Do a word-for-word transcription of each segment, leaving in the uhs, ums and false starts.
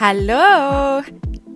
Hallo!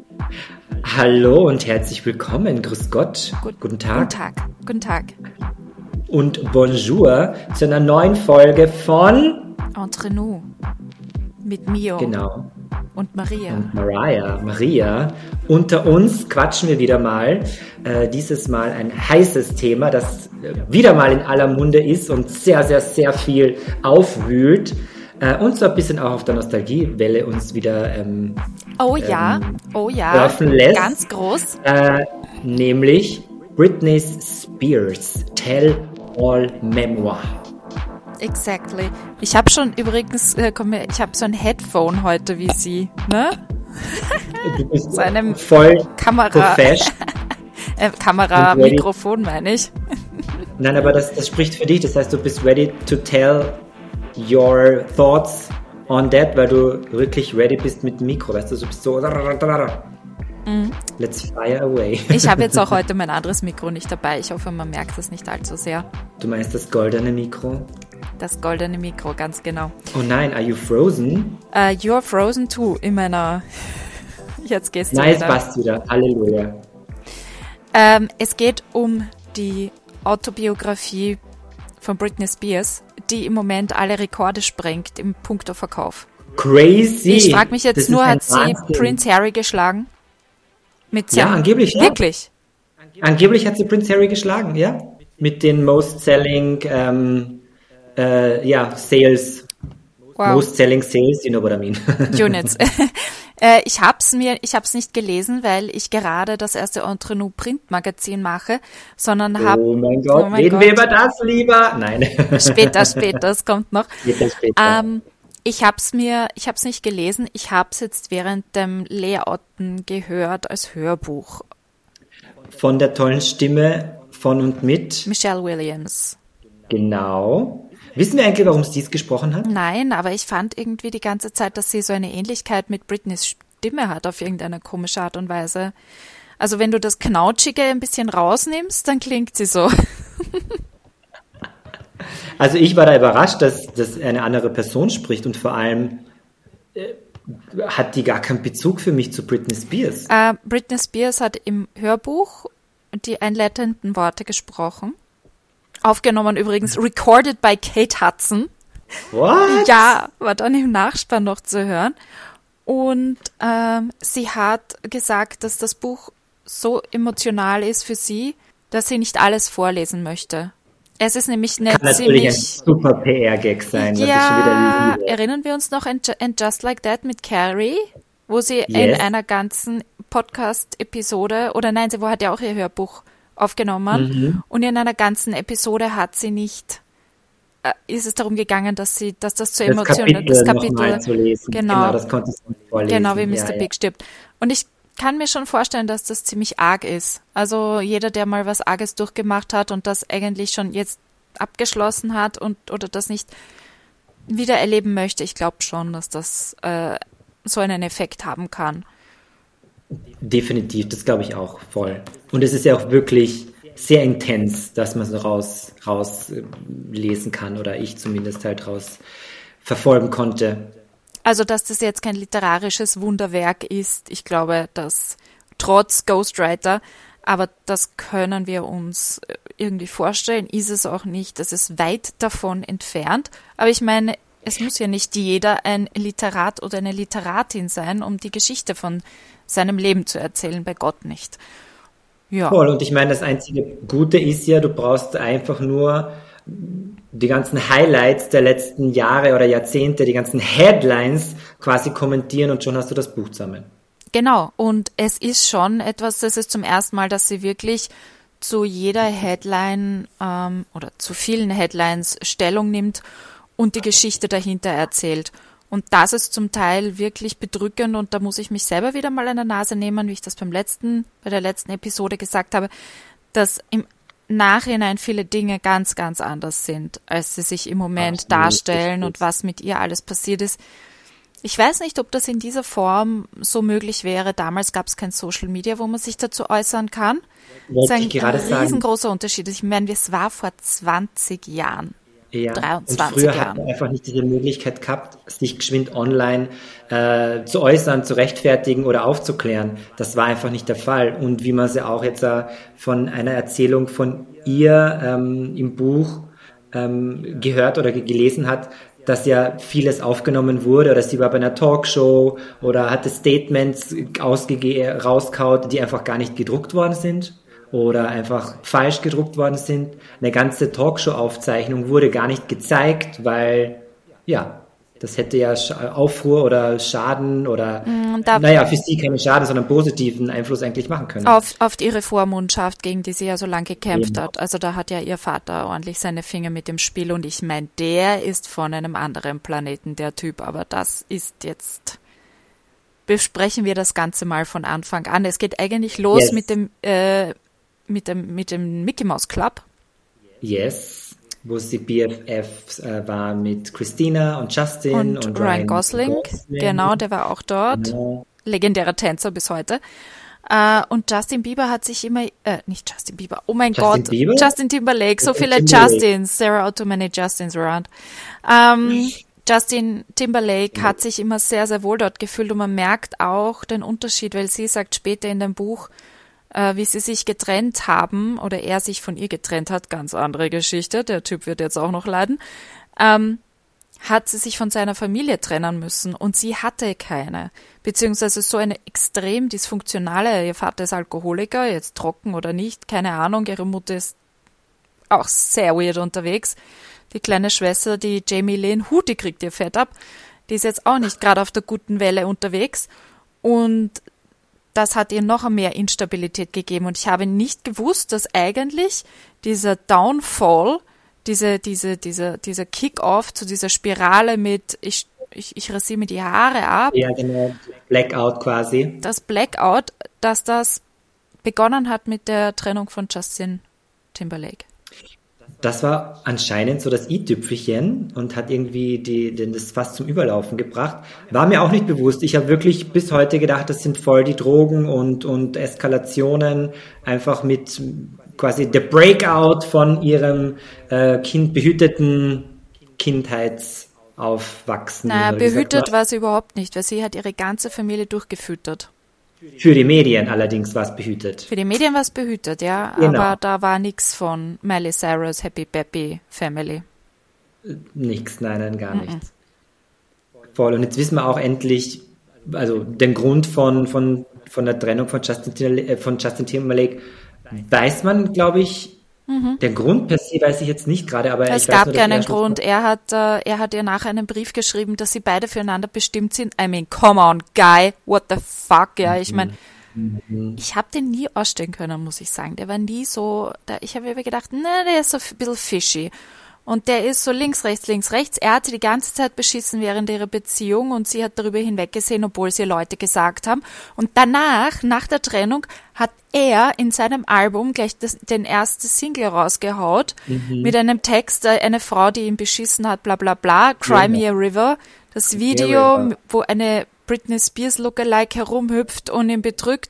Hallo und herzlich willkommen. Grüß Gott. Gut, Guten Tag. Guten Tag. Guten Tag. Und bonjour zu einer neuen Folge von Entre nous. Mit Mio. Genau. Und Maria. Und Mariah. Maria. Unter uns quatschen wir wieder mal. Äh, dieses Mal ein heißes Thema, das äh, wieder mal in aller Munde ist und sehr, sehr, sehr viel aufwühlt. Äh, und so ein bisschen auch auf der Nostalgiewelle uns wieder ähm, Oh ja, ähm, oh ja, surfen lässt. ganz groß. Äh, nämlich Britney Spears Tell All Memoir. Exactly. Ich habe schon übrigens, äh, komm, ich habe so ein Headphone heute wie Sie, ne? Du bist So einem voll Kamera, profesh. äh, Kamera, Mikrofon meine ich. Nein, aber das, das spricht für dich. Das heißt, du bist ready to tell your thoughts on that, weil du wirklich ready bist mit dem Mikro. Weißt du, du bist so... Mhm. Let's fire away. Ich habe jetzt auch heute mein anderes Mikro nicht dabei. Ich hoffe, man merkt das nicht allzu sehr. Du meinst das goldene Mikro? Das goldene Mikro, ganz genau. Oh nein, are you frozen? Uh, you're frozen too in meiner... Jetzt geht's dir Nein, es wieder. passt wieder. Halleluja. Ähm, es geht um die Autobiografie von Britney Spears, die im Moment alle Rekorde sprengt im Punkteverkauf. Crazy. Ich frage mich jetzt Das nur, ist ein hat sie Wahnsinn. Prince Harry geschlagen? Mit Ja, seinem- angeblich, ja. Wirklich? Angeblich hat sie Prince Harry geschlagen, ja. Mit den most selling, ähm, äh, ja, Sales, Wow. most selling Sales, you know what I mean. Units. äh, ich hab's mir, ich hab's nicht gelesen, weil ich gerade das erste Entre nous Printmagazin mache, sondern hab, Oh mein Gott, oh mein reden Gott. wir über das lieber? Nein. später, später, es kommt noch. Später, später. Ähm, ich hab's mir, ich hab's nicht gelesen, ich hab's jetzt während dem Layouten gehört als Hörbuch. Von der tollen Stimme von und mit. Michelle Williams. Genau. Wissen wir eigentlich, warum sie dies gesprochen hat? Nein, aber ich fand irgendwie die ganze Zeit, dass sie so eine Ähnlichkeit mit Britneys Stimme hat auf irgendeine komische Art und Weise. Also wenn du das Knautschige ein bisschen rausnimmst, dann klingt sie so. Also ich war da überrascht, dass, dass eine andere Person spricht und vor allem äh, hat die gar keinen Bezug für mich zu Britney Spears. Äh, Britney Spears hat im Hörbuch die einleitenden Worte gesprochen. Aufgenommen übrigens, recorded by Kate Hudson. What? Ja, war dann im Nachspann noch zu hören. Und ähm, sie hat gesagt, dass das Buch so emotional ist für sie, dass sie nicht alles vorlesen möchte. Es ist nämlich eine Kann natürlich ein ziemlich... super P R-Gag sein, was ich schon Ja, wieder liebe. erinnern wir uns noch an Ju- an Just Like That mit Carrie, wo sie in Yes. einer ganzen Podcast-Episode, oder nein, sie hat ja auch ihr Hörbuch aufgenommen, Mhm. und in einer ganzen Episode hat sie nicht, äh, ist es darum gegangen, dass sie, dass das zu Das emotional, Kapitel, das noch mal Kapitel, zu lesen. genau, Genau, das konntest du nicht vorlesen. genau wie Ja, Mister ja. Big stirbt. Und ich kann mir schon vorstellen, dass das ziemlich arg ist. Also jeder, der mal was Arges durchgemacht hat und das eigentlich schon jetzt abgeschlossen hat und oder das nicht wieder erleben möchte, ich glaube schon, dass das äh, so einen Effekt haben kann. Definitiv, das glaube ich auch voll. Und es ist ja auch wirklich sehr intens, dass man so raus, raus äh, lesen kann oder ich zumindest halt raus verfolgen konnte. Also, dass das jetzt kein literarisches Wunderwerk ist, ich glaube, dass trotz Ghostwriter, aber das können wir uns irgendwie vorstellen, ist es auch nicht, das ist weit davon entfernt. Aber ich meine, es muss ja nicht jeder ein Literat oder eine Literatin sein, um die Geschichte von seinem Leben zu erzählen, bei Gott nicht. Ja. Voll, und ich meine, das einzige Gute ist ja, du brauchst einfach nur die ganzen Highlights der letzten Jahre oder Jahrzehnte, die ganzen Headlines quasi kommentieren und schon hast du das Buch zusammen. Genau, und es ist schon etwas, das ist zum ersten Mal, dass sie wirklich zu jeder Headline ähm, oder zu vielen Headlines Stellung nimmt und die Geschichte dahinter erzählt. Und das ist zum Teil wirklich bedrückend und da muss ich mich selber wieder mal an der Nase nehmen, wie ich das beim letzten, bei der letzten Episode gesagt habe, dass im Nachhinein viele Dinge ganz, ganz anders sind, als sie sich im Moment Absolut, darstellen das und was mit ihr alles passiert ist. Ich weiß nicht, ob das in dieser Form so möglich wäre. Damals gab es kein Social Media, wo man sich dazu äußern kann. Das ist Wollte ein ich gerade sagen. riesengroßer Unterschied. Ich meine, es war vor zwanzig Jahren. Ja, und dreiundzwanzig früher hat man Jahren. einfach nicht diese Möglichkeit gehabt, sich geschwind online äh, zu äußern, zu rechtfertigen oder aufzuklären. Das war einfach nicht der Fall. Und wie man es ja auch jetzt äh, von einer Erzählung von ihr ähm, im Buch ähm, gehört oder ge- gelesen hat, dass ja vieles aufgenommen wurde oder sie war bei einer Talkshow oder hatte Statements ausgege rauskaut, die einfach gar nicht gedruckt worden sind oder einfach falsch gedruckt worden sind. Eine ganze Talkshow-Aufzeichnung wurde gar nicht gezeigt, weil, ja, das hätte ja Sch- Aufruhr oder Schaden oder, Mm, äh, Da naja, für sie keinen Schaden, sondern positiven Einfluss eigentlich machen können. auf, auf ihre Vormundschaft, gegen die sie ja so lange gekämpft Eben. hat. Also da hat ja ihr Vater ordentlich seine Finger mit dem Spiel und ich meine, der ist von einem anderen Planeten, der Typ, aber das ist jetzt, besprechen wir das Ganze mal von Anfang an. Es geht eigentlich los mit Yes, dem, äh, mit dem, mit dem Mickey Mouse Club yes. Wo sie B F F äh, war mit Christina und Justin und und Ryan Ryan Gosling, genau, Gosling. der war auch dort. Genau. Legendärer Tänzer bis heute. Äh, und Justin Bieber hat sich immer, äh, nicht Justin Bieber, oh mein Justin Gott, Bieber Justin Timberlake, so und viele Timberlake. Justins, there are too many Justins around. Ähm, Justin Timberlake hat sich immer sehr, sehr wohl dort gefühlt und man merkt auch den Unterschied, weil sie sagt später in dem Buch, äh, wie sie sich getrennt haben oder er sich von ihr getrennt hat, ganz andere Geschichte, der Typ wird jetzt auch noch leiden, ähm, hat sie sich von seiner Familie trennen müssen und sie hatte keine, beziehungsweise so eine extrem dysfunktionale, ihr Vater ist Alkoholiker, jetzt trocken oder nicht, keine Ahnung, ihre Mutter ist auch sehr weird unterwegs, die kleine Schwester, die Jamie Lynn Hu, die kriegt ihr Fett ab, die ist jetzt auch nicht gerade auf der guten Welle unterwegs und das hat ihr noch mehr Instabilität gegeben und ich habe nicht gewusst, dass eigentlich dieser Downfall, diese, diese, diese, dieser Kick-off zu dieser Spirale mit ich, ich, ich rasiere mir die Haare ab, Ja, genau. Blackout quasi. das Blackout, dass das begonnen hat mit der Trennung von Justin Timberlake. Das war anscheinend so das i-Tüpfelchen und hat irgendwie die, den, das fast zum Überlaufen gebracht. War mir auch nicht bewusst. Ich habe wirklich bis heute gedacht, das sind voll die Drogen und, und Eskalationen, einfach mit quasi der Breakout von ihrem äh, kind, behüteten Kindheitsaufwachsen. Naja, Oder wie sagt man? behütet war sie überhaupt nicht, weil sie hat ihre ganze Familie durchgefüttert. Für die Medien allerdings war es behütet. Für die Medien war es behütet, ja, Genau. aber da war nichts von Miley Cyrus Happy Peppy Family. Nichts, nein, nein, gar Mm-mm. nichts. Voll. Und jetzt wissen wir auch endlich, also den Grund von, von, von der Trennung von Justin, Timberlake- äh, von Justin Timberlake weiß man, glaube ich, den Grund per se weiß ich jetzt nicht gerade, aber Es ich weiß gab nur, dass er keinen schon Grund. Er hat, äh, er hat ihr nachher einen Brief geschrieben, dass sie beide füreinander bestimmt sind. I mean, come on, guy, what the fuck, ja. Ich meine, ich habe den nie ausstehen können, muss ich sagen. Der war nie so, da, ich habe mir gedacht, ne, der ist so ein bisschen fishy. Und der ist so links, rechts, links, rechts. Er hat sie die ganze Zeit beschissen während ihrer Beziehung und sie hat darüber hinweggesehen, obwohl sie Leute gesagt haben. Und danach, nach der Trennung, hat er in seinem Album gleich das, den ersten Single rausgehaut mit einem Text, äh, eine Frau, die ihn beschissen hat, bla bla bla, Cry Me a River. Das Video, River. wo eine Britney Spears Lookalike herumhüpft und ihn bedrückt.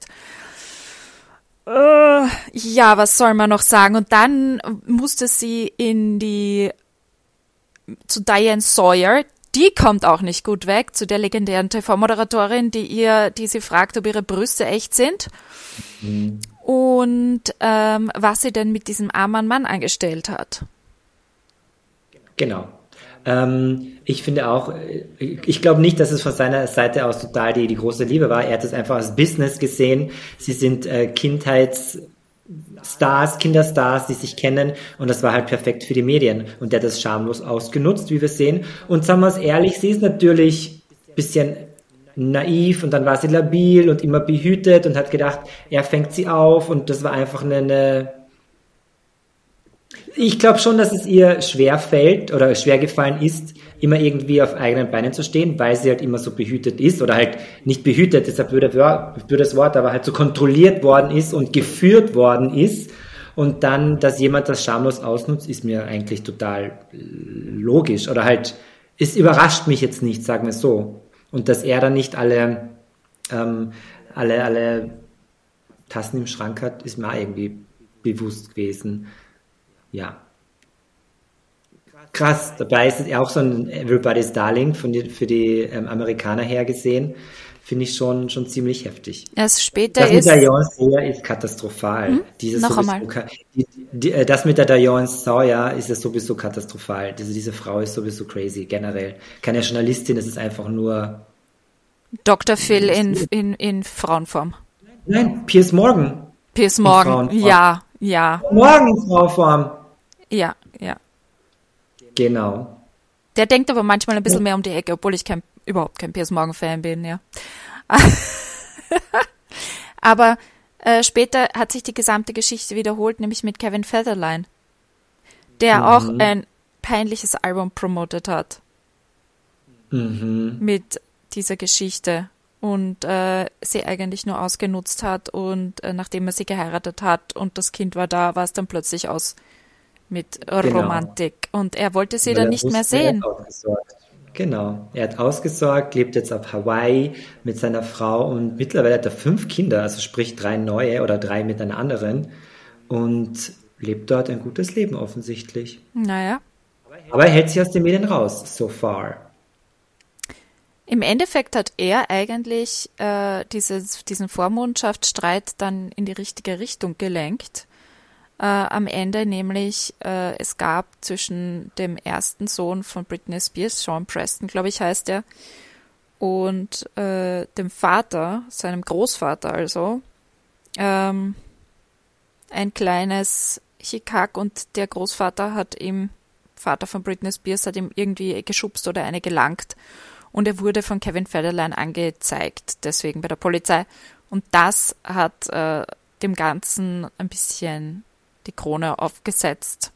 Äh, ja, was soll man noch sagen? Und dann musste sie in die, zu Diane Sawyer, die kommt auch nicht gut weg, zu der legendären T V-Moderatorin, die ihr, die sie fragt, ob ihre Brüste echt sind. Und ähm, was sie denn mit diesem armen Mann angestellt hat. Genau. Ähm, ich finde auch, äh, ich glaube nicht, dass es von seiner Seite aus total die, die große Liebe war. Er hat es einfach als Business gesehen. Sie sind äh, Kindheitsstars, Kinderstars, die sich kennen und das war halt perfekt für die Medien. Und der hat das schamlos ausgenutzt, wie wir sehen. Und sagen wir es ehrlich, sie ist natürlich ein bisschen naiv und dann war sie labil und immer behütet und hat gedacht, er fängt sie auf und das war einfach eine, eine ich glaube schon, dass es ihr schwer fällt oder schwer gefallen ist, immer irgendwie auf eigenen Beinen zu stehen, weil sie halt immer so behütet ist oder halt nicht behütet, deshalb blöde Wort, blödes Wort, aber halt so kontrolliert worden ist und geführt worden ist. Und dann, dass jemand das schamlos ausnutzt, ist mir eigentlich total logisch oder halt, es überrascht mich jetzt nicht, sagen wir es so. Und dass er dann nicht alle, ähm, alle, alle Tassen im Schrank hat, ist mir auch irgendwie bewusst gewesen. Ja. krass. Dabei ist es ja auch so ein Everybody's Darling von die, für die ähm, Amerikaner her gesehen. Finde ich schon, schon ziemlich heftig. Erst später Das mit ist... der Diane Sawyer ist katastrophal. Hm? Dieses Noch sowieso, einmal. die, die, äh, das mit der Diane Sawyer ist ja sowieso katastrophal. Diese, diese Frau ist sowieso crazy, generell. Keine Journalistin, es ist einfach nur... Doktor Phil in, in, in Frauenform. Nein, Piers Morgan. Piers in Morgan, Frauenform. ja, ja, Morgan in Frauenform. ja, ja. Genau. Der denkt aber manchmal ein bisschen mehr um die Ecke, obwohl ich kein, überhaupt kein Piers Morgan-Fan bin, ja. Aber äh, später hat sich die gesamte Geschichte wiederholt, nämlich mit Kevin Federline, der Mhm. auch ein peinliches Album promotet hat Mhm. mit dieser Geschichte und äh, sie eigentlich nur ausgenutzt hat und äh, nachdem er sie geheiratet hat und das Kind war da, war es dann plötzlich aus mit Romantik und er wollte sie Weil dann er nicht mehr wusste, er sehen. hat ausgesorgt. Genau. Er hat ausgesorgt, lebt jetzt auf Hawaii mit seiner Frau und mittlerweile hat er fünf Kinder, also sprich drei neue oder drei mit einer anderen und lebt dort ein gutes Leben offensichtlich. Naja. Aber er hält sich aus den Medien raus, so far. Im Endeffekt hat er eigentlich äh, dieses, diesen Vormundschaftsstreit dann in die richtige Richtung gelenkt. Äh, am Ende nämlich, äh, es gab zwischen dem ersten Sohn von Britney Spears, Sean Preston, glaube ich, heißt er, und äh, dem Vater, seinem Großvater also, ähm, ein kleines Hickhack und der Großvater hat ihm, Vater von Britney Spears, hat ihm irgendwie geschubst oder eine gelangt. Und er wurde von Kevin Federline angezeigt, deswegen bei der Polizei. Und das hat äh, dem Ganzen ein bisschen die Krone aufgesetzt.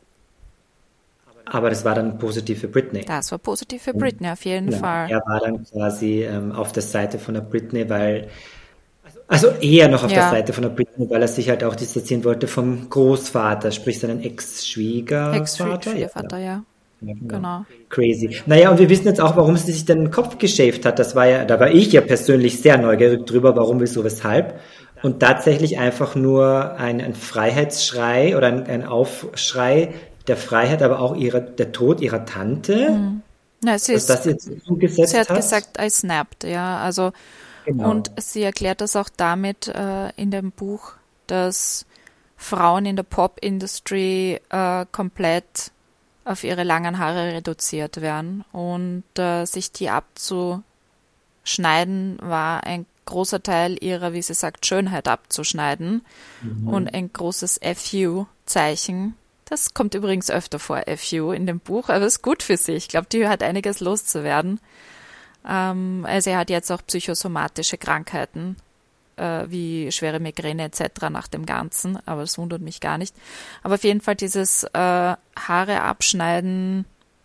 Aber das war dann positiv für Britney. Das war positiv für Britney, auf jeden Ja, Fall. er war dann quasi ähm, auf der Seite von der Britney, weil, also eher noch auf Ja. der Seite von der Britney, weil er sich halt auch distanzieren wollte vom Großvater, sprich seinen Ex-Schwiegervater. Ex-Schwiegervater, ja. Ja, genau. Genau. Crazy. Naja, und wir wissen jetzt auch, warum sie sich den Kopf geschäft hat. Das war ja, da war ich ja persönlich sehr neugierig drüber, warum, wieso, weshalb. Und tatsächlich einfach nur ein, ein Freiheitsschrei oder ein, ein Aufschrei der Freiheit, aber auch ihre, der Tod ihrer Tante, Mhm. Na, sie, dass ist, das jetzt zugesetzt sie hat hat. gesagt, I snapped, ja. Also, Genau. und sie erklärt das auch damit äh, in dem Buch, dass Frauen in der Pop-Industry äh, komplett auf ihre langen Haare reduziert werden und äh, sich die abzuschneiden war ein großer Teil ihrer, wie sie sagt, Schönheit abzuschneiden Mhm. und ein großes F U-Zeichen. Das kommt übrigens öfter vor, F U in dem Buch, aber ist gut für sie. Ich glaube, die hat einiges loszuwerden. Ähm, also er hat jetzt auch psychosomatische Krankheiten, äh, wie schwere Migräne et cetera nach dem Ganzen, aber das wundert mich gar nicht. Aber auf jeden Fall dieses äh, Haare abschneiden,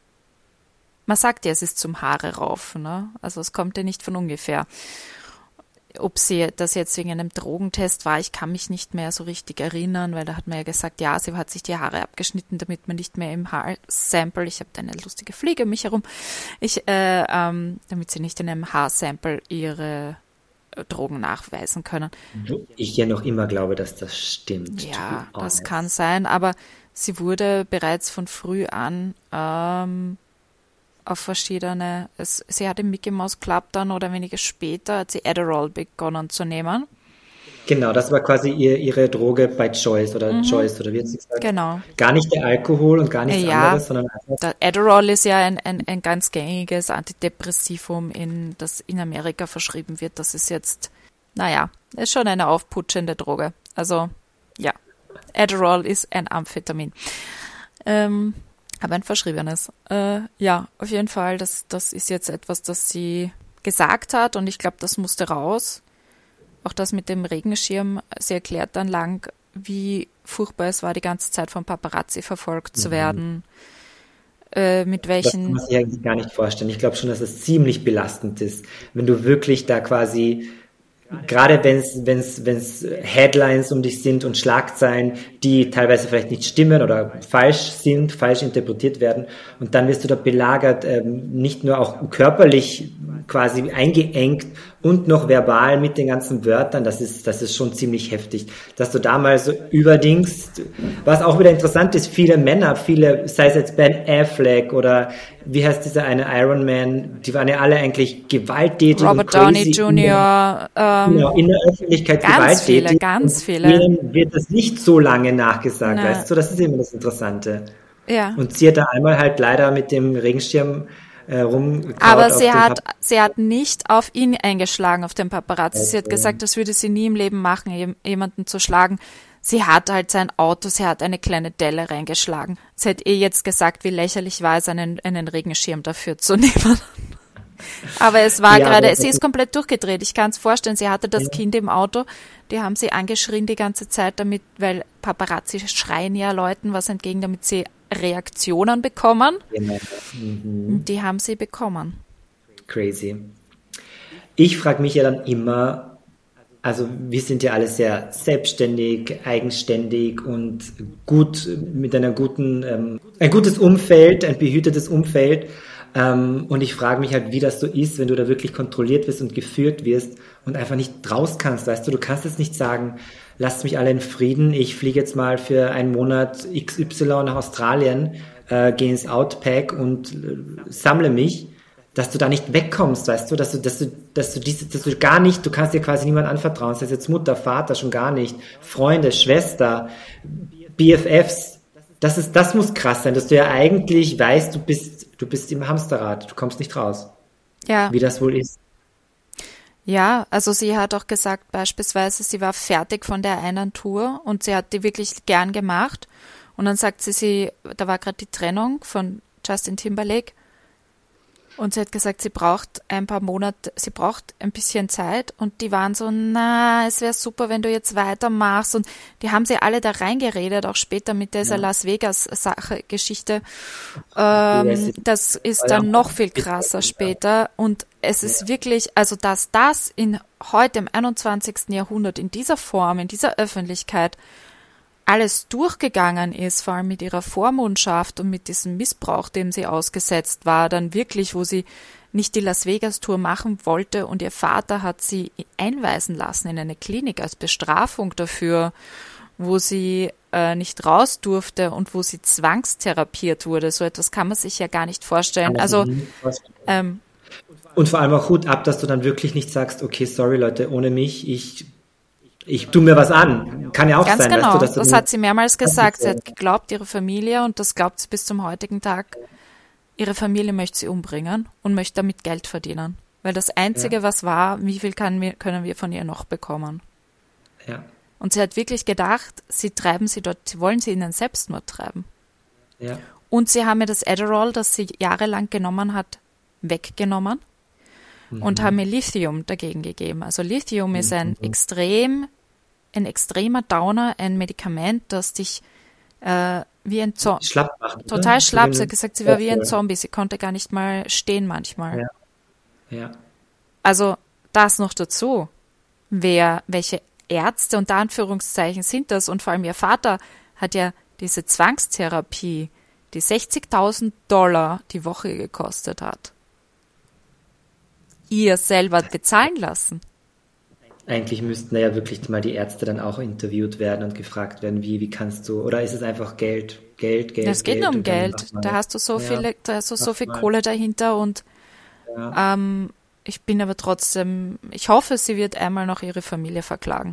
man sagt ja, es ist zum Haare raufen, ne? Also es kommt ja nicht von ungefähr. Ob sie das jetzt wegen einem Drogentest war, ich kann mich nicht mehr so richtig erinnern, weil da hat man ja gesagt, ja, sie hat sich die Haare abgeschnitten, damit man nicht mehr im Haarsample, ich habe da eine lustige Fliege um mich herum, ich, äh, ähm, damit sie nicht in einem Haarsample ihre äh, Drogen nachweisen können. Ich ja noch immer glaube, dass das stimmt. Ja, to be das honest. kann sein, aber sie wurde bereits von früh an ähm, auf verschiedene, es, sie hat im Mickey Mouse Club dann oder weniger später hat sie Adderall begonnen zu nehmen. Genau, das war quasi ihr, ihre Droge bei Choice oder Choice oder wie hat sie gesagt? Genau. Gar nicht der Alkohol und gar nichts Ja. anderes, sondern einfach Der Adderall ist ja ein, ein, ein ganz gängiges Antidepressivum, in, das in Amerika verschrieben wird. Das ist jetzt, naja, ist schon eine aufputschende Droge. Also, ja, Adderall ist ein Amphetamin. Ähm, aber ein verschriebenes. Äh, ja, auf jeden Fall, das, das ist jetzt etwas, das sie gesagt hat und ich glaube, das musste raus. Auch das mit dem Regenschirm, sie erklärt dann lang, wie furchtbar es war, die ganze Zeit von Paparazzi verfolgt zu werden. Äh, mit das kann welchen, man sich eigentlich gar nicht vorstellen. Ich glaube schon, dass es ziemlich belastend ist, wenn du wirklich da quasi, gerade wenn es wenn es wenn es Headlines um dich sind und Schlagzeilen, die teilweise vielleicht nicht stimmen oder falsch sind, falsch interpretiert werden und dann wirst du da belagert, ähm, nicht nur auch körperlich quasi eingeengt und noch verbal mit den ganzen Wörtern, das ist, das ist schon ziemlich heftig. Dass du da mal so überdings, was auch wieder interessant ist, viele Männer, viele, sei es jetzt Ben Affleck oder wie heißt dieser eine Iron Man, die waren ja alle eigentlich gewalttätig Robert und crazy. Downey Junior Ähm, genau, in der Öffentlichkeit ganz gewalttätig. viele, ganz viele. Denen wird das nicht so lange nachgesagt, Na. weißt du, das ist immer das Interessante. Ja. Und sie hat da einmal halt leider mit dem Regenschirm äh, rumgekaut. Aber auf sie den hat, Pap- sie hat nicht auf ihn eingeschlagen, auf den Paparazzi. Sie hat Also, gesagt, das würde sie nie im Leben machen, jem- jemanden zu schlagen. Sie hat halt sein Auto, sie hat eine kleine Delle reingeschlagen. Sie hat eh jetzt gesagt, wie lächerlich war es, einen, einen Regenschirm dafür zu nehmen. Aber es war Ja, gerade, aber- sie ist komplett durchgedreht. Ich kann es vorstellen, sie hatte das Ja. Kind im Auto, die haben sie angeschrien die ganze Zeit damit, weil Paparazzi schreien ja Leuten was entgegen, damit sie Reaktionen bekommen. Genau. Mhm. Und die haben sie bekommen. Crazy. Ich frage mich ja dann immer, also wir sind ja alle sehr selbstständig, eigenständig und gut mit einer guten, ähm, ein gutes Umfeld, ein behütetes Umfeld. Ähm, und ich frage mich halt, wie das so ist, wenn du da wirklich kontrolliert wirst und geführt wirst und einfach nicht raus kannst, weißt du, du kannst jetzt nicht sagen, lasst mich alle in Frieden, ich fliege jetzt mal für einen Monat X Y nach Australien, äh, gehe ins Outback und äh, sammle mich, dass du da nicht wegkommst, weißt du, dass du, dass du, dass du diese, dass du gar nicht, du kannst dir quasi niemand anvertrauen, das heißt jetzt Mutter, Vater schon gar nicht, Freunde, Schwester, B F Fs, das ist, das muss krass sein, dass du ja eigentlich weißt, du bist, du bist im Hamsterrad, du kommst nicht raus, Ja. wie das wohl ist. Ja, also sie hat auch gesagt, beispielsweise, sie war fertig von der einen Tour und sie hat die wirklich gern gemacht. Und dann sagt sie, sie, da war gerade die Trennung von Justin Timberlake. Und sie hat gesagt, sie braucht ein paar Monate, sie braucht ein bisschen Zeit. Und die waren so, na, es wäre super, wenn du jetzt weitermachst. Und die haben sie alle da reingeredet, auch später mit dieser Ja. Las Vegas-Sache, Geschichte. Ähm, das ist dann noch viel krasser später. Und es ist wirklich, also dass das in heute im einundzwanzigsten Jahrhundert in dieser Form, in dieser Öffentlichkeit alles durchgegangen ist, vor allem mit ihrer Vormundschaft und mit diesem Missbrauch, dem sie ausgesetzt war, dann wirklich, wo sie nicht die Las Vegas Tour machen wollte und ihr Vater hat sie einweisen lassen in eine Klinik als Bestrafung dafür, wo sie äh, nicht raus durfte und wo sie zwangstherapiert wurde. So etwas kann man sich ja gar nicht vorstellen. Also ähm, und vor allem auch Hut ab, dass du dann wirklich nicht sagst, okay, sorry Leute, ohne mich, ich ich tu mir was an. Kann ja auch ganz sein, genau, weißt du, dass du das dann- hat sie mehrmals gesagt. Sie hat geglaubt, ihre Familie, und das glaubt sie bis zum heutigen Tag, ihre Familie möchte sie umbringen und möchte damit Geld verdienen. Weil das Einzige, Ja. was war, wie viel kann, wir- können wir von ihr noch bekommen? Ja, Und sie hat wirklich gedacht, sie treiben sie dort, sie wollen sie in den Selbstmord treiben. ja, Und sie haben mir das Adderall, das sie jahrelang genommen hat, weggenommen und haben mir Lithium dagegen gegeben. Also Lithium ist ein extrem, ein extremer Downer, ein Medikament, das dich äh, wie ein Zombie, schlapp macht. oder? total So schlapp. wie Sie ein- hat gesagt, sie war wie ein voll. Zombie. Sie konnte gar nicht mal stehen manchmal. Ja. Ja, Also das noch dazu. Wer, welche Ärzte unter Anführungszeichen sind das? Und vor allem ihr Vater hat ja diese Zwangstherapie, die sechzigtausend Dollar die Woche gekostet hat, ihr selber bezahlen lassen. eigentlich müssten da ja wirklich mal die Ärzte dann auch interviewt werden und gefragt werden, wie, wie kannst du, oder ist es einfach Geld, Geld, Geld, Es geht Geld nur um und dann Geld. mach mal. Da hast du so Ja. viele, da hast du so Mach viel mal. Kohle dahinter und Ja. ähm, ich bin aber trotzdem, ich hoffe, sie wird einmal noch ihre Familie verklagen.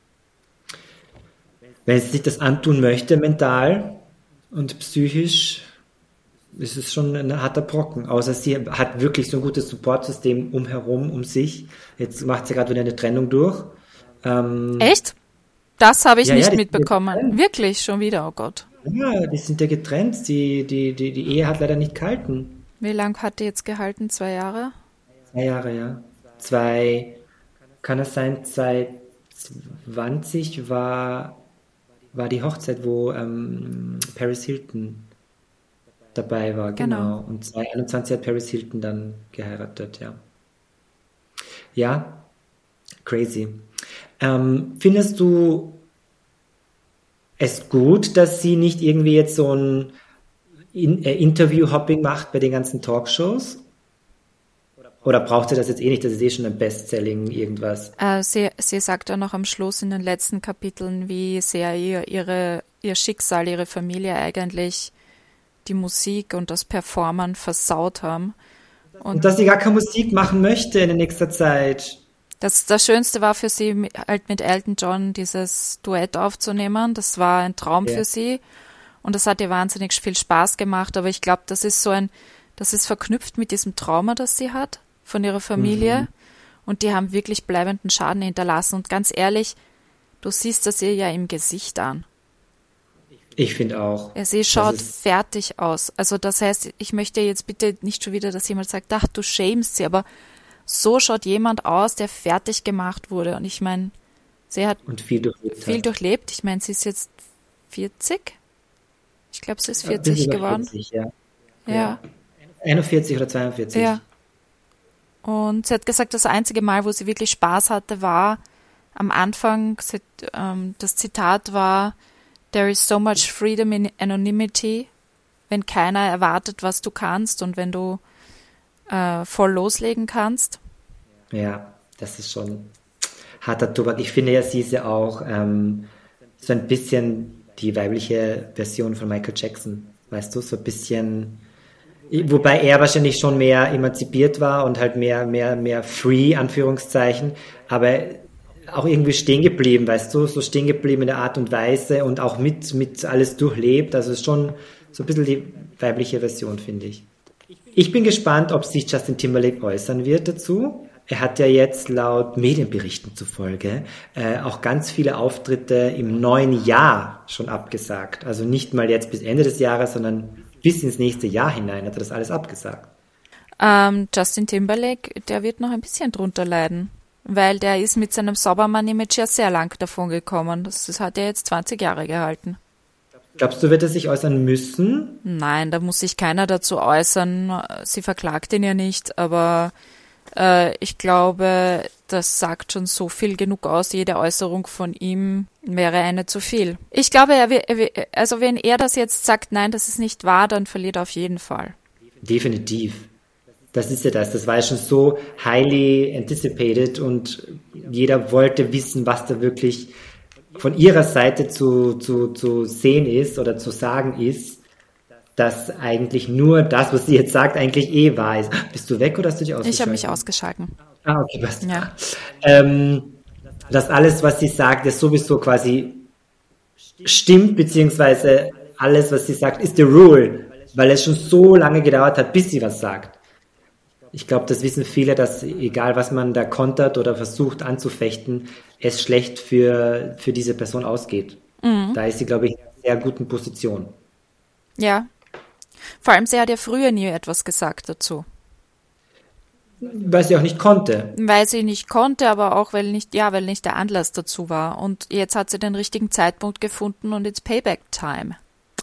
Wenn sie sich das antun möchte, mental und psychisch, ist es schon ein harter Brocken. Außer sie hat wirklich so ein gutes Supportsystem umherum, um sich. Jetzt macht sie gerade wieder eine Trennung durch. Ähm, Echt? Das habe ich Ja, ja, nicht die- mitbekommen. Wirklich, schon wieder, oh Gott. Ja, die sind ja getrennt. Die, die, die, die Ehe hat leider nicht gehalten. Wie lang hat die jetzt gehalten? Zwei Jahre? Zwei Jahre, ja. Zwei, kann es sein, seit zwanzig war, war die Hochzeit, wo ähm, Paris Hilton dabei war, genau. Genau. Und zwanzig einundzwanzig hat Paris Hilton dann geheiratet, ja. Ja, crazy. Ähm, findest du es gut, dass sie nicht irgendwie jetzt so ein In äh, Interview-Hopping macht bei den ganzen Talkshows? Oder braucht sie das jetzt eh nicht? Das ist eh schon ein Bestselling irgendwas. Äh, sie, sie sagt auch noch am Schluss in den letzten Kapiteln, wie sehr ihr, ihre, ihr Schicksal, ihre Familie eigentlich die Musik und das Performen versaut haben. Und, und dass sie gar keine Musik machen möchte in nächster Zeit. Das, das Schönste war für sie, halt mit Elton John dieses Duett aufzunehmen. Das war ein Traum ja. für sie. Und das hat ihr wahnsinnig viel Spaß gemacht. Aber ich glaube, das ist so ein, das ist verknüpft mit diesem Trauma, das sie hat von ihrer Familie. Mhm. Und die haben wirklich bleibenden Schaden hinterlassen. Und ganz ehrlich, du siehst das ihr ja im Gesicht an. Ich finde auch. Ja, sie schaut fertig aus. Also das heißt, ich möchte jetzt bitte nicht schon wieder, dass jemand sagt, ach, du schämst sie, aber so schaut jemand aus, der fertig gemacht wurde. Und ich meine, sie hat und viel durchlebt. Viel hat. durchlebt. Ich meine, sie ist jetzt vierzig. Ich glaube, sie ist vierzig ja, geworden. vierzig, ja. Ja. ja. einundvierzig oder zweiundvierzig. Ja. Und sie hat gesagt, das einzige Mal, wo sie wirklich Spaß hatte, war am Anfang, sie, ähm, das Zitat war, "There is so much freedom in anonymity", wenn keiner erwartet, was du kannst und wenn du äh, voll loslegen kannst. Ja, das ist schon harter Tobak. Ich finde ja, sie ist ja auch ähm, so ein bisschen die weibliche Version von Michael Jackson, weißt du, so ein bisschen, wobei er wahrscheinlich schon mehr emanzipiert war und halt mehr, mehr, mehr free, Anführungszeichen, aber auch irgendwie stehen geblieben, weißt du, so stehen geblieben in der Art und Weise und auch mit, mit alles durchlebt, also ist schon so ein bisschen die weibliche Version, finde ich. Ich bin gespannt, ob sich Justin Timberlake äußern wird dazu. Er hat ja jetzt laut Medienberichten zufolge äh, auch ganz viele Auftritte im neuen Jahr schon abgesagt. Also nicht mal jetzt bis Ende des Jahres, sondern bis ins nächste Jahr hinein hat er das alles abgesagt. Ähm, Justin Timberlake, der wird noch ein bisschen drunter leiden, weil der ist mit seinem Saubermann-Image ja sehr lang davon gekommen. Das, das hat ja jetzt zwanzig Jahre gehalten. Glaubst du, wird er sich äußern müssen? Nein, da muss sich keiner dazu äußern. Sie verklagt ihn ja nicht, aber äh, ich glaube, das sagt schon so viel genug aus. Jede Äußerung von ihm wäre eine zu viel. Ich glaube, er, er, also wenn er das jetzt sagt, nein, das ist nicht wahr, dann verliert er auf jeden Fall. Definitiv. Das ist ja das. Das war ja schon so highly anticipated und jeder wollte wissen, was da wirklich von ihrer Seite zu, zu, zu sehen ist oder zu sagen ist, dass eigentlich nur das, was sie jetzt sagt, eigentlich eh wahr ist. Bist du weg oder hast du dich ausgeschaltet? Ich habe mich ausgeschalten. Ah, okay, passt. Ja. Ähm, dass alles, was sie sagt, ist sowieso quasi stimmt, beziehungsweise alles, was sie sagt, ist the rule, weil es schon so lange gedauert hat, bis sie was sagt. Ich glaube, das wissen viele, dass egal, was man da kontert oder versucht anzufechten, es schlecht für, für diese Person ausgeht. Mhm. Da ist sie, glaube ich, in einer sehr guten Position. Ja. Vor allem, sie hat ja früher nie etwas gesagt dazu. Weil sie auch nicht konnte. Weil sie nicht konnte, aber auch, weil nicht, ja, weil nicht der Anlass dazu war. Und jetzt hat sie den richtigen Zeitpunkt gefunden und it's Payback Time.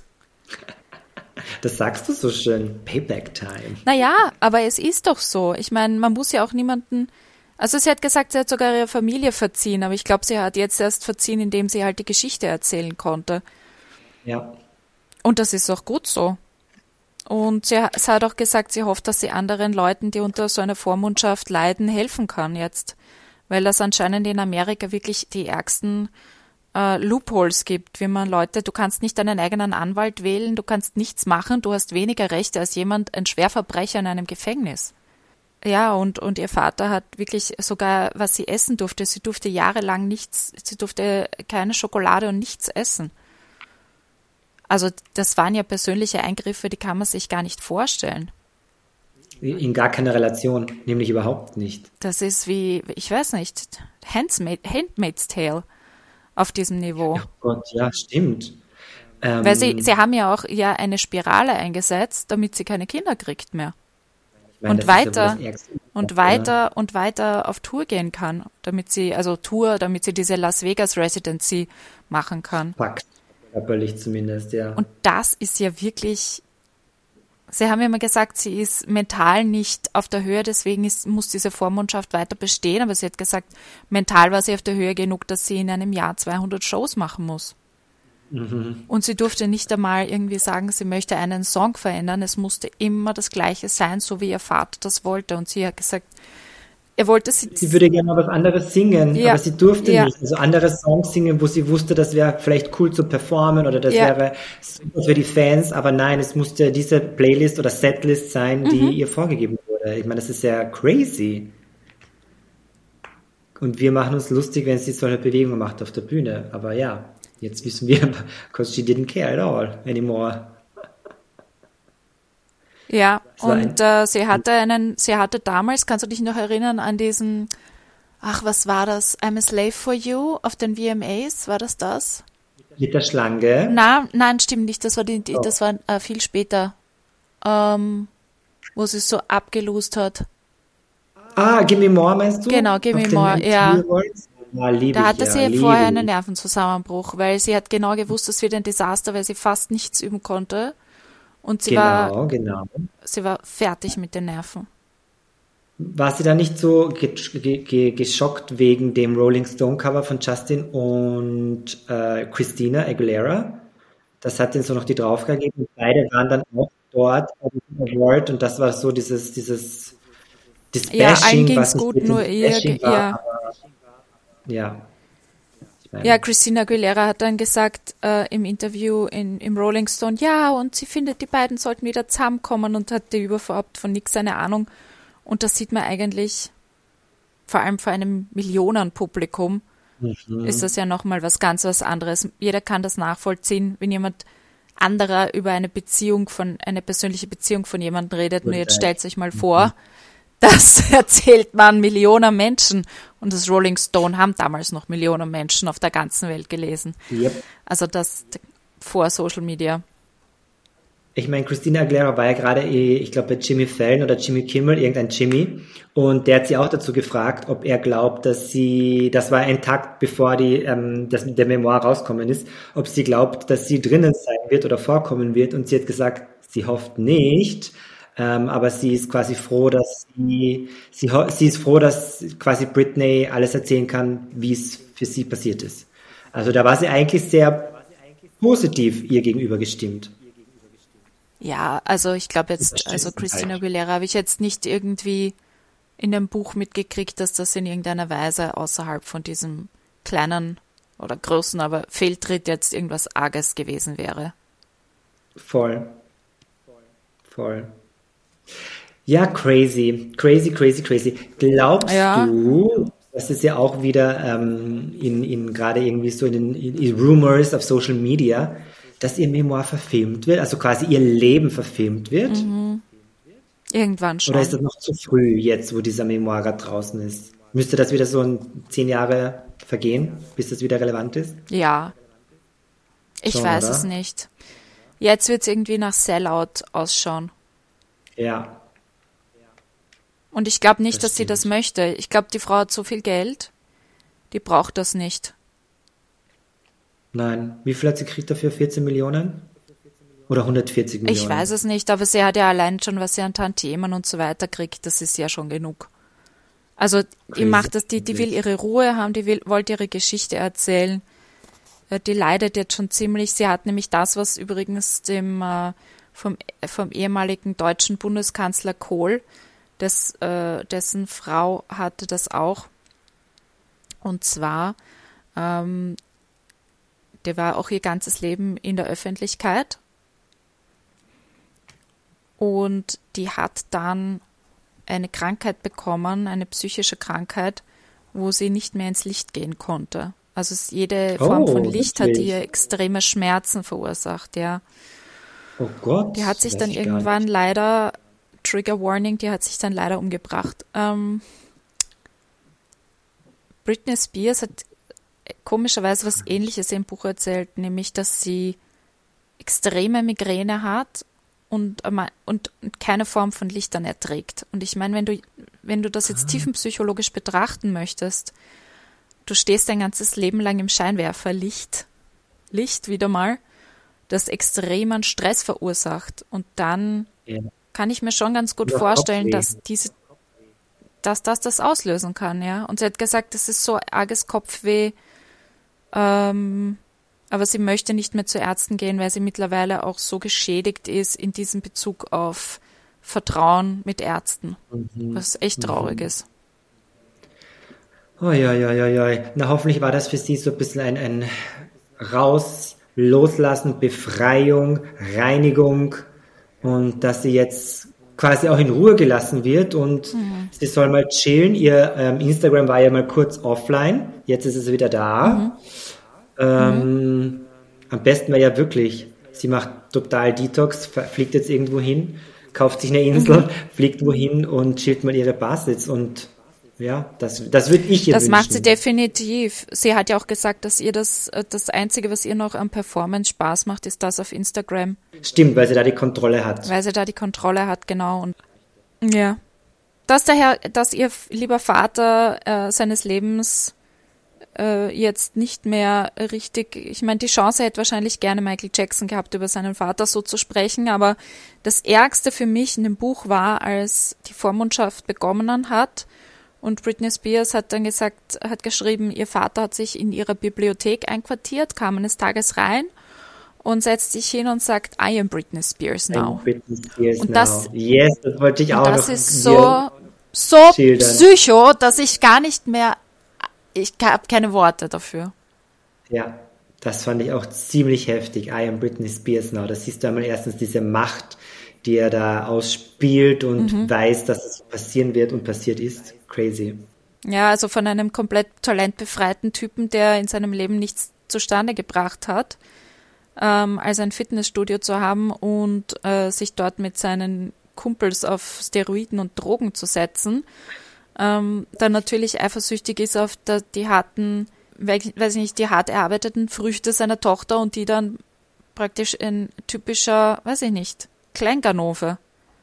Das sagst du so schön, Payback Time. Naja, aber es ist doch so. Ich meine, man muss ja auch niemanden, also sie hat gesagt, sie hat sogar ihre Familie verziehen, aber ich glaube, sie hat jetzt erst verziehen, indem sie halt die Geschichte erzählen konnte. Ja. Und das ist auch gut so. Und sie, sie hat auch gesagt, sie hofft, dass sie anderen Leuten, die unter so einer Vormundschaft leiden, helfen kann jetzt. Weil das anscheinend in Amerika wirklich die ärgsten äh, Loopholes gibt, wie man Leute, du kannst nicht deinen eigenen Anwalt wählen, du kannst nichts machen, du hast weniger Rechte als jemand, ein Schwerverbrecher in einem Gefängnis. Ja, und, und ihr Vater hat wirklich sogar, was sie essen durfte, sie durfte jahrelang nichts, sie durfte keine Schokolade und nichts essen. Also das waren ja persönliche Eingriffe, die kann man sich gar nicht vorstellen. In gar keiner Relation, nämlich überhaupt nicht. Das ist wie, ich weiß nicht, Handmaid's Tale auf diesem Niveau. Oh Gott, ja, stimmt. Ähm, Weil sie, sie haben ja auch ja eine Spirale eingesetzt, damit sie keine Kinder kriegt mehr. Ich meine, und weiter ja und weiter oder? und weiter auf Tour gehen kann, damit sie, also Tour, damit sie diese Las Vegas Residency machen kann. Fakt. Körperlich zumindest, ja. Und das ist ja wirklich, sie haben ja immer gesagt, sie ist mental nicht auf der Höhe, deswegen ist, muss diese Vormundschaft weiter bestehen, aber sie hat gesagt, mental war sie auf der Höhe genug, dass sie in einem Jahr zweihundert Shows machen muss. Mhm. Und sie durfte nicht einmal irgendwie sagen, sie möchte einen Song verändern. Es musste immer das Gleiche sein, so wie ihr Vater das wollte. Und sie hat gesagt, er wollte sie... Sie würde gerne mal was anderes singen, Ja, aber sie durfte ja. nicht. Also andere Songs singen, wo sie wusste, das wäre vielleicht cool zu performen oder das Ja. wäre super für die Fans, aber nein, es musste diese Playlist oder Setlist sein, die Mhm. ihr vorgegeben wurde. Ich meine, das ist ja crazy. Und wir machen uns lustig, wenn sie so eine Bewegung macht auf der Bühne. Aber ja, jetzt wissen wir, because she didn't care at all anymore. Ja, Es war und ein, äh, sie hatte einen, sie hatte damals, kannst du dich noch erinnern an diesen, ach, was war das? I'm a Slave for You auf den V M As, war das das? mit der Schlange. Na, nein, stimmt nicht, das war die, die Oh. das war äh, viel später, ähm, wo sie es so abgelost hat. Ah, Gimme More meinst du? Genau, Gimme Auf den More, M T V ja. Awards? Ja, liebe Da ich hatte ja, sie liebe vorher einen ich. Nervenzusammenbruch, weil sie hat genau gewusst, das wird ein Desaster, weil sie fast nichts üben konnte. Und sie war, Genau, genau. sie war fertig mit den Nerven. War sie da nicht so ge ge ge geschockt wegen dem Rolling Stone Cover von Justin und äh, Christina Aguilera? Das hat ihnen so noch die draufgegeben. Und beide waren dann auch dort bei diesem Award und das war so dieses, dieses, das Ja, allen Bashing, was ging's nicht gut, wirklich nur ein ihr, Bashing ge- war, ja. aber ja, ich Ja, meine, Christina Aguilera hat dann gesagt äh, im Interview in, im Rolling Stone, ja, und sie findet, die beiden sollten wieder zusammenkommen und hatte überhaupt von nichts eine Ahnung. Und das sieht man eigentlich, vor allem vor einem Millionenpublikum, ist das ja nochmal was ganz was anderes. Jeder kann das nachvollziehen, wenn jemand anderer über eine Beziehung von, eine persönliche Beziehung von jemandem redet. Nur jetzt stellt euch mal vor, das erzählt man Millionen Menschen. Und das Rolling Stone haben damals noch Millionen Menschen auf der ganzen Welt gelesen. yep. Also das vor Social Media. Ich meine, Christina Aguilera war ja gerade, eh, ich glaube, bei Jimmy Fallon oder Jimmy Kimmel, irgendein Jimmy, und der hat sie auch dazu gefragt, ob er glaubt, dass sie, das war ein Tag bevor die, ähm, das mit der Memoir rauskommen ist, ob sie glaubt, dass sie drinnen sein wird oder vorkommen wird, und sie hat gesagt, sie hofft nicht, ähm, aber sie ist quasi froh, dass sie, sie, ho- sie ist froh, dass quasi Britney alles erzählen kann, wie es für sie passiert ist. Also da war sie eigentlich sehr positiv ihr gegenüber gestimmt. Ja, also ich glaube jetzt, also Überstürzt Christina halt. Aguilera habe ich jetzt nicht irgendwie in dem Buch mitgekriegt, dass das in irgendeiner Weise außerhalb von diesem kleinen oder großen, aber Fehltritt jetzt irgendwas Arges gewesen wäre. Voll, voll. Ja, crazy, crazy, crazy, crazy. Glaubst Ja, du, das ist ja auch wieder ähm, in, in gerade irgendwie so in den in, in Rumors auf Social Media, dass ihr Memoir verfilmt wird, also quasi ihr Leben verfilmt wird? irgendwann Oder ist schon. das noch zu früh jetzt, wo dieser Memoir gerade draußen ist? Müsste das wieder so in zehn Jahre vergehen, bis das wieder relevant ist? Ja, ich Schon, weiß es oder? nicht. Jetzt wird es irgendwie nach Sellout ausschauen. Ja, Und ich glaube nicht, das dass sie das stimmt. möchte. Ich glaube, die Frau hat so viel Geld, die braucht das nicht. Nein. Wie viel hat sie gekriegt dafür? vierzehn Millionen? Oder hundertvierzig Ich weiß Millionen? es nicht, aber sie hat ja allein schon, was sie an Tantiemen und so weiter kriegt, das ist ja schon genug. Also die Crazy macht das, die, die will eigentlich. ihre Ruhe haben, die will, wollte ihre Geschichte erzählen. Äh, Die leidet jetzt schon ziemlich. Sie hat nämlich das, was übrigens dem äh, vom, vom ehemaligen deutschen Bundeskanzler Kohl, des, äh, dessen Frau hatte das auch. Und zwar, ähm, der war auch ihr ganzes Leben in der Öffentlichkeit und die hat dann eine Krankheit bekommen, eine psychische Krankheit, wo sie nicht mehr ins Licht gehen konnte. Also es, jede Form von Oh, Licht hat ihr wirklich? extreme Schmerzen verursacht, ja. Oh Gott, Die hat sich weiß dann ich gar irgendwann nicht. leider, Trigger Warning, die hat sich dann leider umgebracht. Ähm, Britney Spears hat komischerweise was Ähnliches im Buch erzählt, nämlich, dass sie extreme Migräne hat und, ähm, und, und keine Form von Lichtern erträgt. Und ich meine, wenn du, wenn du das jetzt tiefenpsychologisch betrachten möchtest, du stehst dein ganzes Leben lang im Scheinwerferlicht, Licht wieder mal, das extremen Stress verursacht. Und dann Ja. kann ich mir schon ganz gut Oder vorstellen, Kopfweh. dass diese, dass das das auslösen kann, ja. Und sie hat gesagt, das ist so arges Kopfweh, ähm, aber sie möchte nicht mehr zu Ärzten gehen, weil sie mittlerweile auch so geschädigt ist in diesem Bezug auf Vertrauen mit Ärzten, mhm. was echt traurig mhm. ist. Oh ja, ja, ja, ja. Na, hoffentlich war das für sie so ein bisschen ein, ein Raus, Loslassen, Befreiung, Reinigung und dass sie jetzt quasi auch in Ruhe gelassen wird und mhm. sie soll mal chillen. Ihr ähm, Instagram war ja mal kurz offline, jetzt ist es wieder da. Mhm. Ähm, mhm. Am besten wäre ja wirklich, sie macht total Detox, fliegt jetzt irgendwo hin, kauft sich eine Insel, mhm. fliegt wohin und chillt mal ihre Basis und ja, das, das würde ich ihr Das wünschen. macht sie definitiv. Sie hat ja auch gesagt, dass ihr das, das Einzige, was ihr noch am Performance Spaß macht, ist das auf Instagram. Stimmt, weil sie da die Kontrolle hat. Weil sie da die Kontrolle hat, genau. Und ja. Dass daher, dass ihr lieber Vater äh, seines Lebens äh, jetzt nicht mehr richtig, ich meine, die Chance hätte wahrscheinlich gerne Michael Jackson gehabt, über seinen Vater so zu sprechen, aber das Ärgste für mich in dem Buch war, als die Vormundschaft begonnen hat. Und Britney Spears hat dann gesagt, hat geschrieben, ihr Vater hat sich in ihrer Bibliothek einquartiert, kam eines Tages rein und setzt sich hin und sagt, I am Britney Spears now. Britney Spears und das, now. Yes, das wollte ich auch das noch ist so, so psycho, dass ich gar nicht mehr, ich habe keine Worte dafür. Ja, das fand ich auch ziemlich heftig. I am Britney Spears now. Da siehst du einmal erstens diese Macht, die er da ausspielt und mhm. weiß, dass es passieren wird und passiert ist. Crazy. Ja, also von einem komplett talentbefreiten Typen, der in seinem Leben nichts zustande gebracht hat, ähm, als ein Fitnessstudio zu haben und äh, sich dort mit seinen Kumpels auf Steroiden und Drogen zu setzen, ähm, dann natürlich eifersüchtig ist auf der, die harten, weiß ich nicht, die hart erarbeiteten Früchte seiner Tochter und die dann praktisch in typischer, weiß ich nicht, Kleinganove.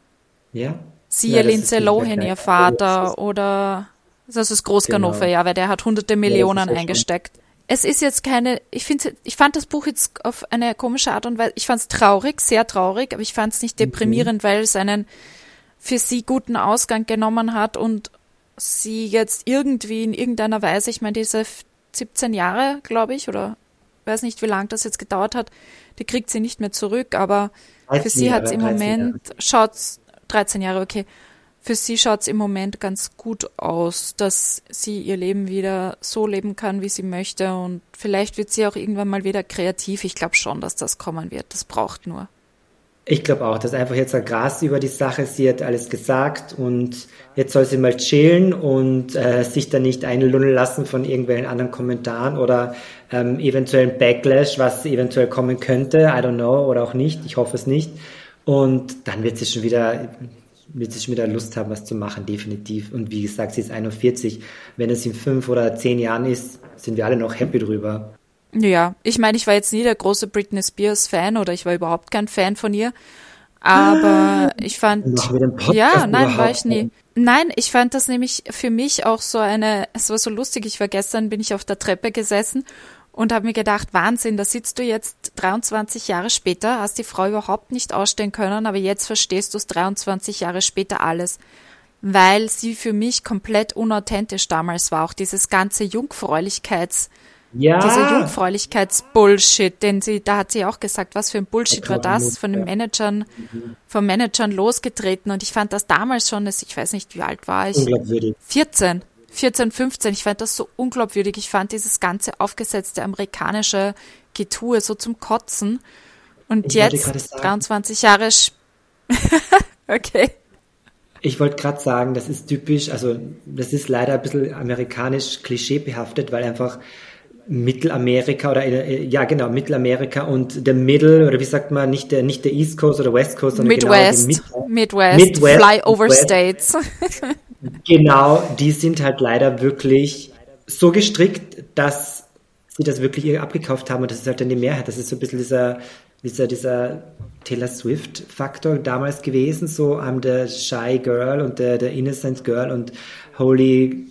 Ja. Siehe ja, Lindsay Lohan, ihr Vater, oder das ist Großganove, genau. Ja, weil der hat hunderte Millionen ja, eingesteckt. Schön. Es ist jetzt keine, ich finde, ich fand das Buch jetzt auf eine komische Art und Weise, ich fand es traurig, sehr traurig, aber ich fand es nicht deprimierend, okay. weil es einen für sie guten Ausgang genommen hat und sie jetzt irgendwie in irgendeiner Weise, ich meine, diese siebzehn Jahre, glaube ich, oder weiß nicht, wie lange das jetzt gedauert hat, die kriegt sie nicht mehr zurück, aber für sie hat es im Moment, schaut's dreizehn Jahre, okay. Für sie schaut es im Moment ganz gut aus, dass sie ihr Leben wieder so leben kann, wie sie möchte und vielleicht wird sie auch irgendwann mal wieder kreativ. Ich glaube schon, dass das kommen wird. Das braucht nur. Ich glaube auch, dass einfach jetzt ein Gras über die Sache, sie hat alles gesagt und jetzt soll sie mal chillen und äh, sich dann nicht einlullen lassen von irgendwelchen anderen Kommentaren oder ähm, eventuellen Backlash, was eventuell kommen könnte, I don't know, oder auch nicht, ich hoffe es nicht. Und dann wird sie schon wieder, wird sie schon wieder Lust haben, was zu machen, definitiv. Und wie gesagt, sie ist einundvierzig. Wenn es in fünf oder zehn Jahren ist, sind wir alle noch happy drüber. Ja, ich meine, ich war jetzt nie der große Britney Spears Fan oder ich war überhaupt kein Fan von ihr. Aber ich fand, ja, nein, war ich nie. Nein, ich fand das nämlich für mich auch so eine, es war so lustig. Ich war gestern, bin ich auf der Treppe gesessen und habe mir gedacht, Wahnsinn, da sitzt du jetzt dreiundzwanzig Jahre später, hast die Frau überhaupt nicht ausstehen können, aber jetzt verstehst du es dreiundzwanzig Jahre später alles, weil sie für mich komplett unauthentisch damals war. Auch dieses ganze Jungfräulichkeits, ja. dieser Jungfräulichkeits-Bullshit, den sie, da hat sie auch gesagt, was für ein Bullshit war das, von den Managern, von Managern losgetreten und ich fand das damals schon, ich weiß nicht, wie alt war ich? Unglaubwürdig. vierzehn. vierzehn, fünfzehn, ich fand das so unglaubwürdig. Ich fand dieses ganze aufgesetzte amerikanische Getue so zum Kotzen. Und ich jetzt, dreiundzwanzig Jahre sp- okay. Ich wollte gerade sagen, das ist typisch, also das ist leider ein bisschen amerikanisch klischeebehaftet, weil einfach Mittelamerika oder, ja genau, Mittelamerika und der Middle, oder wie sagt man, nicht der, nicht der East Coast oder West Coast, sondern Midwest, genau die Midwest, Midwest, Flyover Midwest. States. Genau, die sind halt leider wirklich so gestrickt, dass sie das wirklich ihr abgekauft haben und das ist halt dann die Mehrheit. Das ist so ein bisschen dieser, dieser, dieser Taylor Swift-Faktor damals gewesen, so I'm the shy girl und der, der innocent girl und holy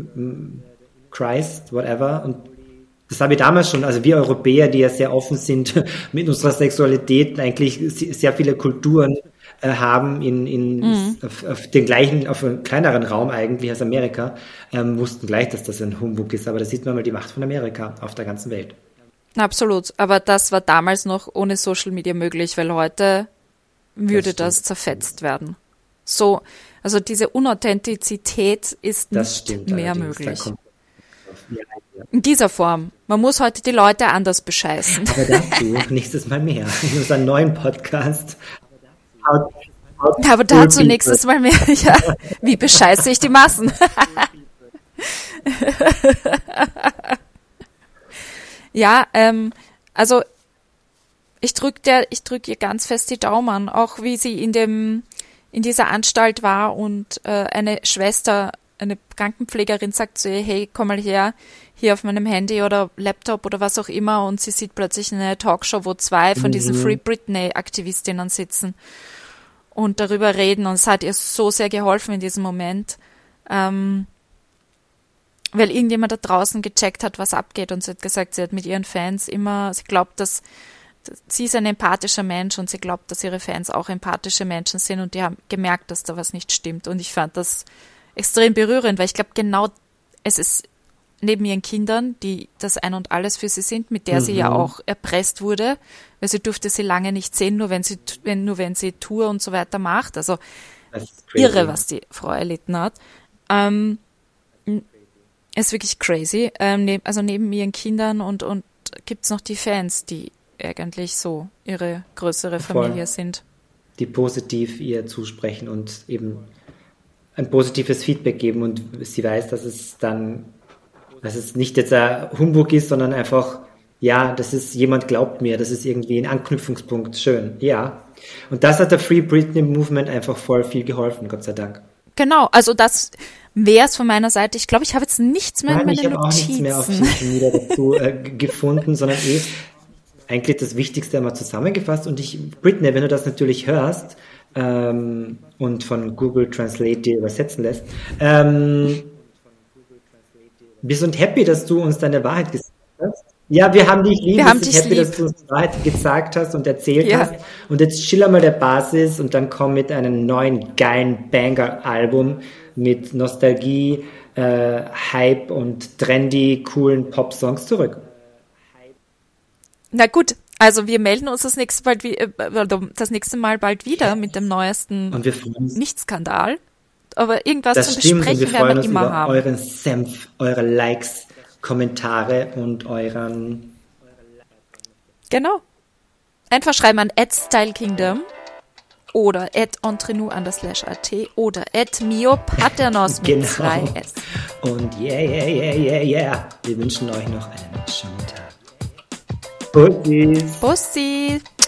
Christ, whatever. Und das haben wir damals schon, also wir Europäer, die ja sehr offen sind mit unserer Sexualität, eigentlich sehr viele Kulturen äh, haben in, in mhm. auf, auf den gleichen, auf einem kleineren Raum eigentlich als Amerika, ähm, wussten gleich, dass das ein Humbug ist. Aber da sieht man mal die Macht von Amerika auf der ganzen Welt. Absolut, aber das war damals noch ohne Social Media möglich, weil heute würde das, das zerfetzt werden. So, also diese Unauthentizität ist das nicht mehr allerdings. möglich. In dieser Form. Man muss heute die Leute anders bescheißen. Aber dazu nächstes Mal mehr in unserem neuen Podcast. How, how Aber dazu nächstes Mal mehr. Ja, wie bescheiße ich die Massen? Ja, ähm, also ich drücke der, ich drücke ihr ganz fest die Daumen, auch wie sie in dem, in dieser Anstalt war und äh, eine Schwester, eine Krankenpflegerin sagt zu ihr, hey, komm mal her, hier auf meinem Handy oder Laptop oder was auch immer, und sie sieht plötzlich eine Talkshow, wo zwei von diesen Free Britney-Aktivistinnen sitzen und darüber reden, und es hat ihr so sehr geholfen in diesem Moment, ähm, weil irgendjemand da draußen gecheckt hat, was abgeht, und sie hat gesagt, sie hat mit ihren Fans immer, sie glaubt, dass, dass sie ist ein empathischer Mensch und sie glaubt, dass ihre Fans auch empathische Menschen sind, und die haben gemerkt, dass da was nicht stimmt, und ich fand das extrem berührend, weil ich glaube, genau es ist neben ihren Kindern, die das Ein und Alles für sie sind, mit der mhm. sie ja auch erpresst wurde, weil sie durfte sie lange nicht sehen, nur wenn sie, wenn, nur wenn sie Tour und so weiter macht, also irre, was die Frau erlitten hat. Ähm, ist wirklich crazy. Ähm, neb, also neben ihren Kindern und, und gibt es noch die Fans, die eigentlich so ihre größere Familie Voll. sind. Die positiv ihr zusprechen und eben ein positives Feedback geben, und sie weiß, dass es dann, dass es nicht jetzt ein Humbug ist, sondern einfach, ja, das ist, jemand glaubt mir, das ist irgendwie ein Anknüpfungspunkt, schön, ja. Und das hat der Free Britney Movement einfach voll viel geholfen, Gott sei Dank. Genau, also das wäre es von meiner Seite. Ich glaube, ich habe jetzt nichts mehr Nein, in meinen Notizen. Ich habe auch nichts mehr auf Social Media dazu äh, gefunden, sondern eh eigentlich das Wichtigste einmal zusammengefasst. Und ich, Britney, wenn du das natürlich hörst ähm, und von Google Translate dir übersetzen lässt, ähm, wir sind happy, dass du uns deine Wahrheit gesagt hast. Ja, wir haben dich lieb. Wir, wir sind happy, lieb. dass du uns die Wahrheit gesagt hast und erzählt ja. hast. Und jetzt chill mal der Basis und dann komm mit einem neuen geilen Banger-Album mit Nostalgie, äh, Hype und trendy, coolen Pop-Songs zurück. Na gut, also wir melden uns das nächste, bald wie, äh, das nächste Mal bald wieder mit dem neuesten und wir freuen uns. Nicht-Skandal. Aber irgendwas das zum stimmt, Besprechen und wir freuen werden wir uns immer über haben. Euren Senf, eure Likes, Kommentare und euren... Genau. Einfach schreiben an at stylekingdom oder at entrenou underslash at oder at miopaternos mit genau. zwei S. Und yeah, yeah, yeah, yeah, yeah. Wir wünschen euch noch einen schönen Tag. Bussis. Bussi.